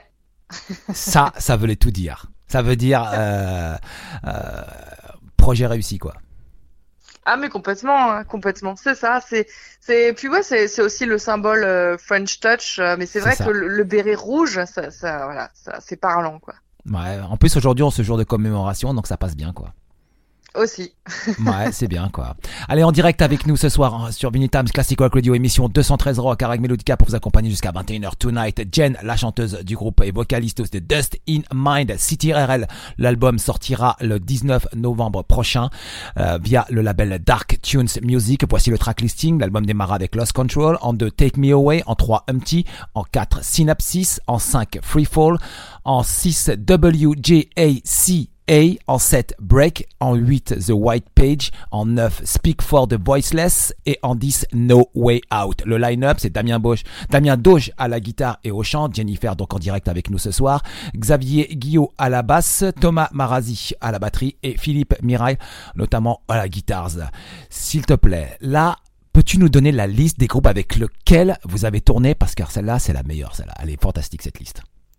S2: Ça, ça veut tout dire. Ça veut dire euh, euh, projet réussi quoi.
S5: Ah mais complètement, hein, complètement. C'est ça, c'est c'est puis ouais c'est c'est aussi le symbole euh, French Touch, euh, mais c'est,
S2: C'est
S5: vrai
S2: ça.
S5: que le, le béret rouge, ça ça voilà, ça c'est parlant quoi.
S2: Ouais. En plus aujourd'hui on se jour de commémoration donc ça passe bien quoi.
S5: Aussi.
S2: Ouais, c'est bien quoi. Allez, en direct avec nous ce soir hein, sur Vinyl Times Classic Rock Radio, émission deux cent treize Rock avec Melodica pour vous accompagner jusqu'à vingt et une heures tonight. Jen, la chanteuse du groupe et vocaliste de Dust in Mind, City R L. L'album sortira le dix-neuf novembre prochain euh, via le label Dark Tunes Music. Voici le track listing. L'album démarra avec Lost Control, en deux Take Me Away, en trois Humpty, en quatre Synapsis, en cinq Freefall, en six W J A C A, en sept Break, en huit The White Page, en neuf Speak for the Voiceless et en dix No Way Out. Le line-up, c'est Damien Bosch, Damien Doge à la guitare et au chant, Jennifer donc en direct avec nous ce soir, Xavier Guillot à la basse, Thomas Marazzi à la batterie et Philippe Mirail notamment à la guitare. S'il te plaît, là, peux-tu nous donner la liste des groupes avec lesquels vous avez tourné parce que celle-là, c'est la meilleure, celle-là. Elle est fantastique cette liste.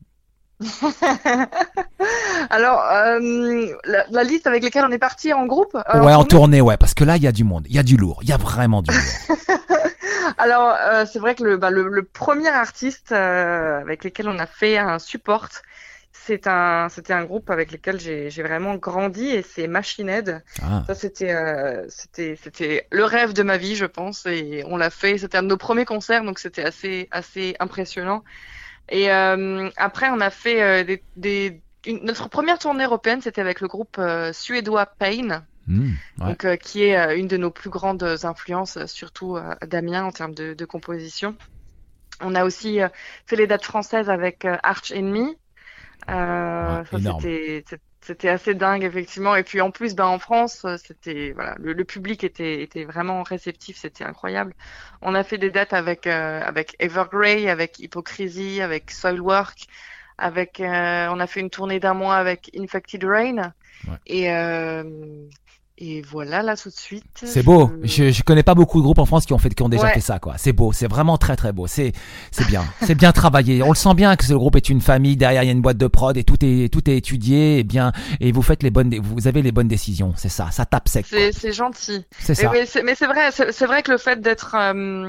S5: Alors euh, la, la liste avec lesquelles on est parti en groupe. euh,
S2: Ouais, en
S5: tournée.
S2: tournée, ouais, parce que là, il y a du monde, il y a du lourd, il y a vraiment du lourd.
S5: Alors euh, c'est vrai que le bah, le, le premier artiste euh, avec lequel on a fait un support, c'est un c'était un groupe avec lequel j'ai j'ai vraiment grandi et c'est Machine Head.
S2: Ah.
S5: Ça c'était euh, c'était c'était le rêve de ma vie je pense et on l'a fait. C'était un de nos premiers concerts donc c'était assez assez impressionnant. Et euh, après, on a fait euh, des, des une, notre première tournée européenne, c'était avec le groupe euh, suédois Pain,
S2: Mmh, ouais.
S5: donc euh, qui est euh, une de nos plus grandes influences, euh, surtout euh, Damien en termes de, de composition. On a aussi euh, fait les dates françaises avec euh, Arch Enemy. Euh,
S2: Ouais,
S5: ça,
S2: énorme.
S5: c'était c'est- c'était assez dingue effectivement. Et puis en plus, ben en France, euh, c'était voilà, le, le public était était vraiment réceptif, c'était incroyable. On a fait des dates avec euh, avec Evergrey, avec Hypocrisy, avec Soilwork, avec euh, on a fait une tournée d'un mois avec Infected Rain.
S2: Ouais.
S5: Et euh, et voilà là tout de suite.
S2: C'est beau. Je, je connais pas beaucoup de groupes en France qui ont fait, qui ont déjà
S5: Ouais.
S2: fait ça, quoi. C'est beau. C'est vraiment très, très beau. C'est, c'est bien. C'est bien travaillé. On le sent bien que ce groupe est une famille. Derrière, il y a une boîte de prod et tout est, tout est étudié et bien, et vous faites les bonnes, vous avez les bonnes décisions. C'est ça. Ça tape sec, quoi.
S5: C'est c'est gentil.
S2: C'est
S5: Mais,
S2: ça.
S5: mais c'est mais c'est vrai, c'est c'est vrai que le fait d'être euh,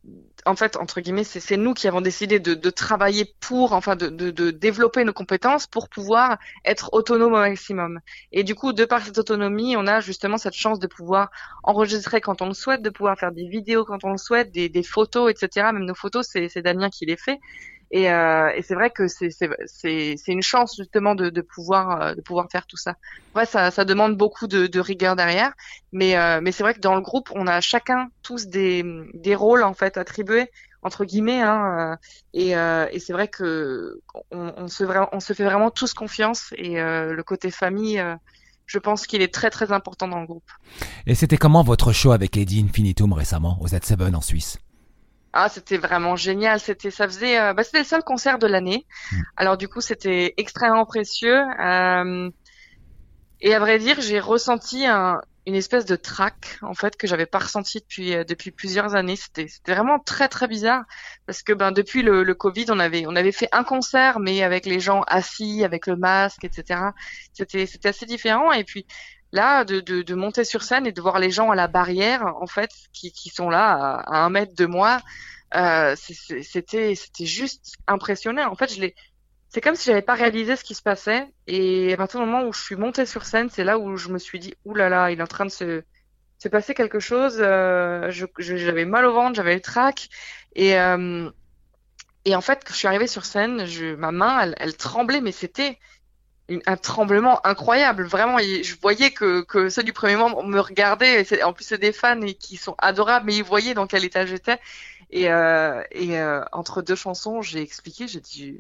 S5: en fait, entre guillemets, c'est, c'est nous qui avons décidé de, de travailler pour, enfin, de, de, de développer nos compétences pour pouvoir être autonome au maximum. Et du coup, de par cette autonomie, on a justement cette chance de pouvoir enregistrer quand on le souhaite, de pouvoir faire des vidéos quand on le souhaite, des, des photos, et cetera. Même nos photos, c'est, c'est Damien qui les fait. Et, euh, et c'est vrai que c'est, c'est, c'est, c'est une chance justement de, de pouvoir, euh, de pouvoir faire tout ça. Ouais, ça, ça demande beaucoup de, de rigueur derrière, mais, euh, mais c'est vrai que dans le groupe, on a chacun tous des, des rôles en fait attribués entre guillemets, hein, euh, et, euh, et c'est vrai que on, on se, on se fait vraiment tous confiance et euh, le côté famille. Euh, Je pense qu'il est très très important dans le groupe.
S2: Et c'était comment votre show avec Eddie Infinitum récemment au Z sept en Suisse?
S5: Ah, c'était vraiment génial. C'était, ça faisait, euh, bah, c'était le seul concert de l'année. Mmh. Alors du coup, c'était extrêmement précieux. Euh, et à vrai dire, j'ai ressenti un, une espèce de trac en fait que j'avais pas ressenti depuis euh, depuis plusieurs années. C'était, c'était vraiment très très bizarre parce que ben depuis le, le Covid, on avait on avait fait un concert mais avec les gens assis, avec le masque, et cetera. C'était c'était assez différent. Et puis là, de, de, de monter sur scène et de voir les gens à la barrière, en fait, qui, qui sont là à, à un mètre de moi, euh, c'est, c'était, c'était juste impressionnant. En fait, je l'ai, c'est comme si j'avais pas réalisé ce qui se passait. Et à partir du moment où je suis montée sur scène, c'est là où je me suis dit, ouh là là, il est en train de se, se passer quelque chose. Euh, je, je, j'avais mal au ventre, j'avais le trac. Et, euh, et en fait, quand je suis arrivée sur scène, je, ma main, elle, elle tremblait, mais c'était Une, un tremblement incroyable, vraiment. Je voyais que, que ceux du premier membre me regardaient, et c'est, en plus c'est des fans et qui sont adorables, mais ils voyaient dans quel état j'étais. Et, euh, et euh, entre deux chansons, j'ai expliqué, j'ai dit,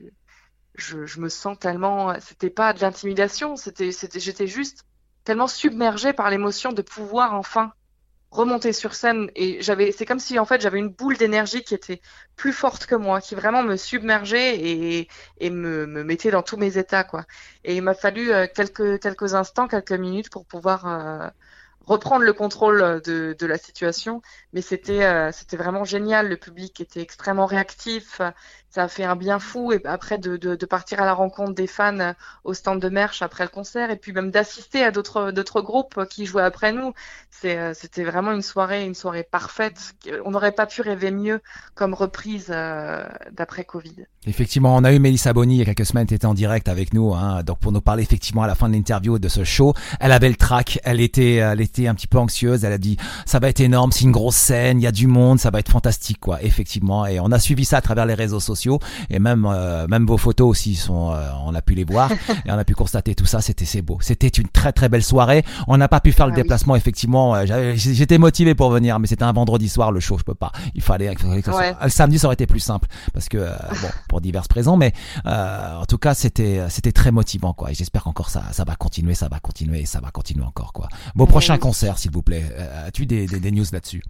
S5: je, je me sens tellement, c'était pas de l'intimidation, c'était, c'était, j'étais juste tellement submergée par l'émotion de pouvoir enfin remonter sur scène. Et j'avais, c'est comme si en fait j'avais une boule d'énergie qui était plus forte que moi, qui vraiment me submergeait et, et me, me mettait dans tous mes états, quoi. Et il m'a fallu euh, quelques, quelques instants, quelques minutes pour pouvoir euh, reprendre le contrôle de, de la situation. Mais c'était, euh, c'était vraiment génial. Le public était extrêmement réactif. Ça a fait un bien fou. Et après, de, de, de partir à la rencontre des fans au stand de merch après le concert, et puis même d'assister à d'autres, d'autres groupes qui jouaient après nous. C'est, c'était vraiment une soirée, une soirée parfaite. On n'aurait pas pu rêver mieux comme reprise euh, d'après Covid.
S2: Effectivement, on a eu Mélissa Boni il y a quelques semaines, elle était en direct avec nous, hein, donc pour nous parler effectivement à la fin de l'interview de ce show. Elle avait le trac, elle était, elle était un petit peu anxieuse. Elle a dit ça va être énorme, c'est une grosse scène, il y a du monde, ça va être fantastique, quoi. Effectivement, et on a suivi ça à travers les réseaux sociaux et même, euh, même vos photos aussi sont, euh, on a pu les voir et on a pu constater tout ça. C'était, c'est beau. C'était une très très belle soirée. On n'a pas pu faire le ah, déplacement, oui. Effectivement. Euh, j'avais, j'étais motivé pour venir, mais c'était un vendredi soir le show, je peux pas. Il fallait. Il fallait que
S5: ouais.
S2: soit, le samedi, ça aurait été plus simple parce que euh, bon, pour diverses raisons, mais euh, en tout cas, c'était, c'était très motivant, quoi. Et j'espère qu'encore ça, ça va continuer, ça va continuer, et ça va continuer encore, quoi. Vos prochains oui. concerts, s'il vous plaît. Euh, as-tu des, des, des news là-dessus?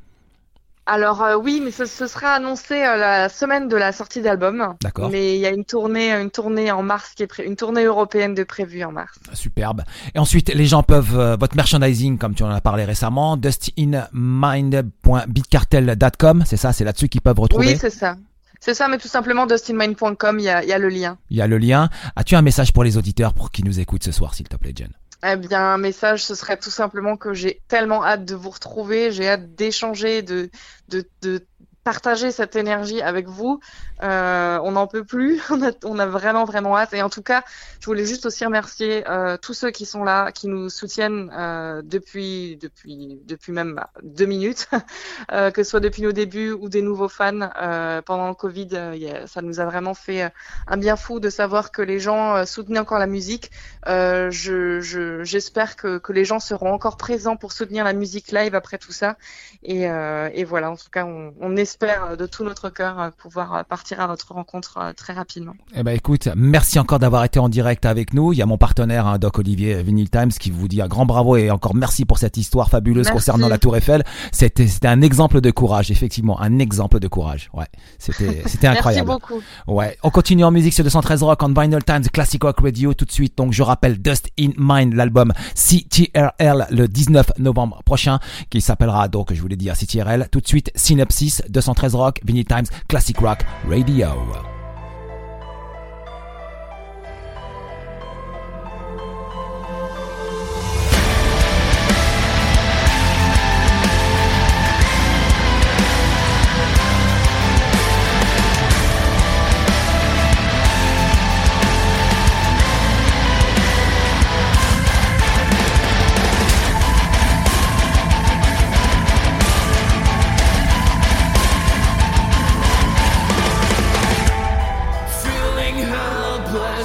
S5: Alors euh, oui, mais ce, ce sera annoncé euh, la semaine de la sortie d'album.
S2: D'accord.
S5: Mais il y a une tournée, une tournée en mars qui est pré- une tournée européenne de prévue en mars.
S2: Superbe. Et ensuite, les gens peuvent euh, votre merchandising, comme tu en as parlé récemment, dust in mind point beatcartel point com, c'est ça, c'est là-dessus qu'ils peuvent retrouver.
S5: Oui, c'est ça. C'est ça, mais tout simplement dust in mind point com, il y a, il y a le lien.
S2: Il y a le lien. As-tu un message pour les auditeurs pour qui nous écoutent ce soir, s'il te plaît, Jen?
S5: Eh bien, un message, ce serait tout simplement que j'ai tellement hâte de vous retrouver, j'ai hâte d'échanger, de, de, de partager cette énergie avec vous. Euh, on n'en peut plus, on a, on a vraiment, vraiment hâte. Et en tout cas, je voulais juste aussi remercier euh, tous ceux qui sont là, qui nous soutiennent euh, depuis, depuis, depuis même bah, deux minutes, euh, que ce soit depuis nos débuts ou des nouveaux fans. Euh, pendant le Covid, euh, yeah, ça nous a vraiment fait un bien fou de savoir que les gens euh, soutenaient encore la musique. Euh, je, je, j'espère que, que les gens seront encore présents pour soutenir la musique live après tout ça. Et, euh, et voilà, en tout cas, on, on espère de tout notre cœur pouvoir partir à votre rencontre très rapidement.
S2: Eh ben écoute, merci encore d'avoir été en direct avec nous. Il y a mon partenaire, hein, Doc Olivier Vinyl Times, qui vous dit un grand bravo et encore merci pour cette histoire fabuleuse merci. Concernant la Tour Eiffel. C'était, c'était un exemple de courage, effectivement, un exemple de courage. Ouais, c'était, c'était incroyable.
S5: Merci beaucoup.
S2: Ouais, on continue en musique sur deux cent treize Rock on Vinyl Times Classic Rock Radio tout de suite. Donc je rappelle Dust in Mind, l'album C T R L le dix-neuf novembre prochain, qui s'appellera donc, je vous l'ai dit, C T R L. Tout de suite, Synopsis, deux cent treize Rock, Vinyl Times Classic Rock Radio.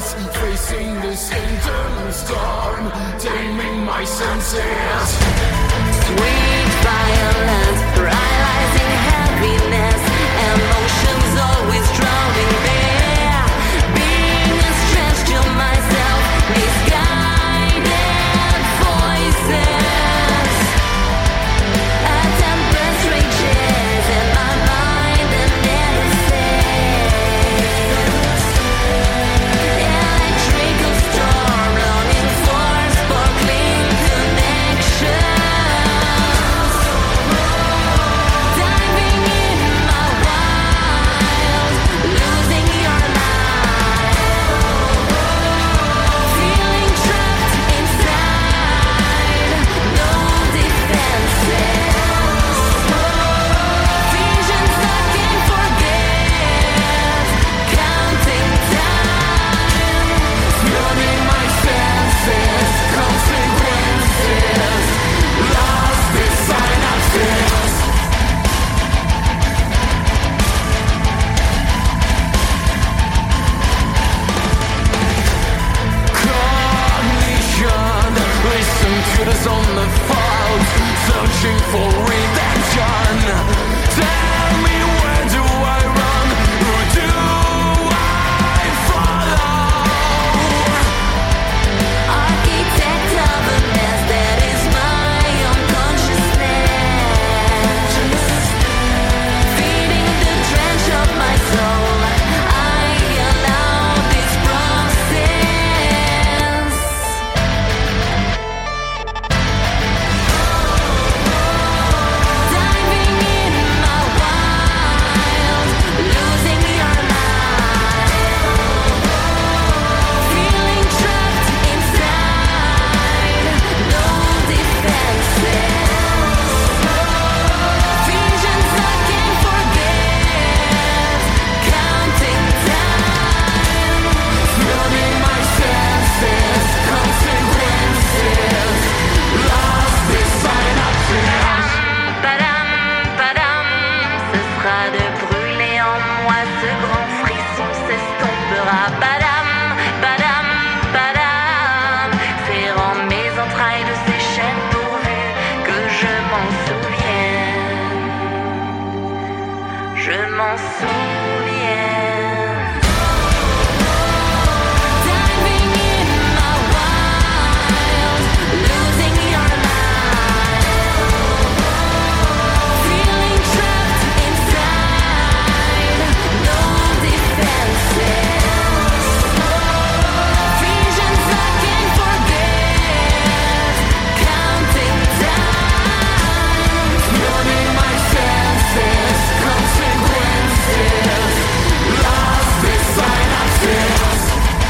S4: eyes, facing this internal storm, taming my senses.
S3: Sweet violence, realizing happiness, emotions always drowning there. Being a strange to myself, misguided voices. A tempest rages in my mind and never fades. Electrical storm, longing for sparkling connection. Diving in my wild, losing your life. Feeling trapped inside, no defenses. Visions I can't forget, counting time.
S4: Flooding my senses, consequences, lost in synapses. Cognition, listen to the on the fault, searching for redemption. Tell me, where do I run? Who do I follow?
S3: Architect of a mess that is my unconsciousness. Feeding the drench of my soul, I allow this process. Diving in my wild, losing your life. Feeling trapped inside, no defenses. Visions I can't forget, counting time.
S4: Flooding my senses, consequences, lost in synapses.
S3: Padam, padam, ce sera de brûler en moi, ce grand frisson s'estompera. Padam, padam, padam, serrant mes entrailles de ces chaînes pourvu que je m'en souvienne. Je m'en souviens. Diving in my wild, losing your life. Feeling trapped inside, no defenses. Visions I can't forget, counting time.
S4: Flooding my senses, consequences, lost in synapses.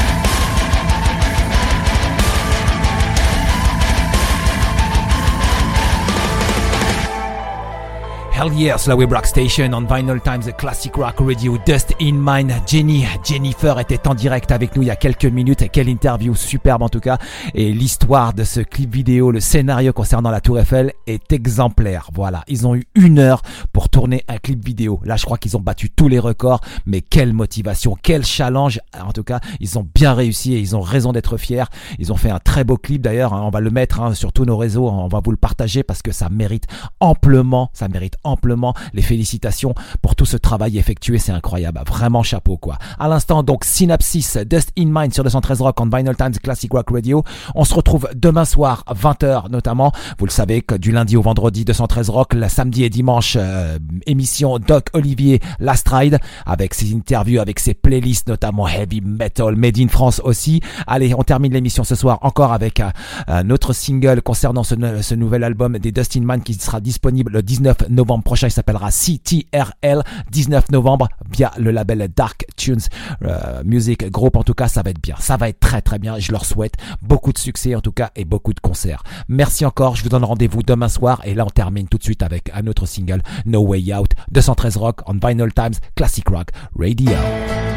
S2: Hell yes, la Web Rock Station on Vinyl Times Classic Rock Radio. Dust in Mine. Jenny, Jennifer était en direct avec nous il y a quelques minutes. Quelle interview superbe en tout cas. Et l'histoire de ce clip vidéo, le scénario concernant la Tour Eiffel est exemplaire. Voilà, ils ont eu une heure pour tourner un clip vidéo. Là, je crois qu'ils ont battu tous les records. Mais quelle motivation, quel challenge. En tout cas, ils ont bien réussi et ils ont raison d'être fiers. Ils ont fait un très beau clip d'ailleurs. Hein, on va le mettre hein, sur tous nos réseaux. On va vous le partager parce que ça mérite amplement, ça mérite amplement les félicitations pour tout ce travail effectué, c'est incroyable, vraiment chapeau quoi. À l'instant donc Synapsis, Dust in Mine sur deux cent treize Rock on Vinyl Times Classic Rock Radio. On se retrouve demain soir vingt heures notamment, vous le savez que du lundi au vendredi deux cent treize Rock, le samedi et dimanche euh, émission Doc Olivier Last Ride avec ses interviews, avec ses playlists notamment Heavy Metal Made in France aussi. Allez, on termine l'émission ce soir encore avec euh, un autre single concernant ce, ce nouvel album des Dust in Mine qui sera disponible le dix-neuf novembre prochain. Il s'appellera C T R L, dix-neuf novembre via le label Dark Tunes euh, Music Group. En tout cas, ça va être bien, ça va être très très bien. Je leur souhaite beaucoup de succès en tout cas et beaucoup de concerts. Merci encore, je vous donne rendez-vous demain soir et là on termine tout de suite avec un autre single, No Way Out, deux cent treize Rock on Vinyl Times Classic Rock Radio.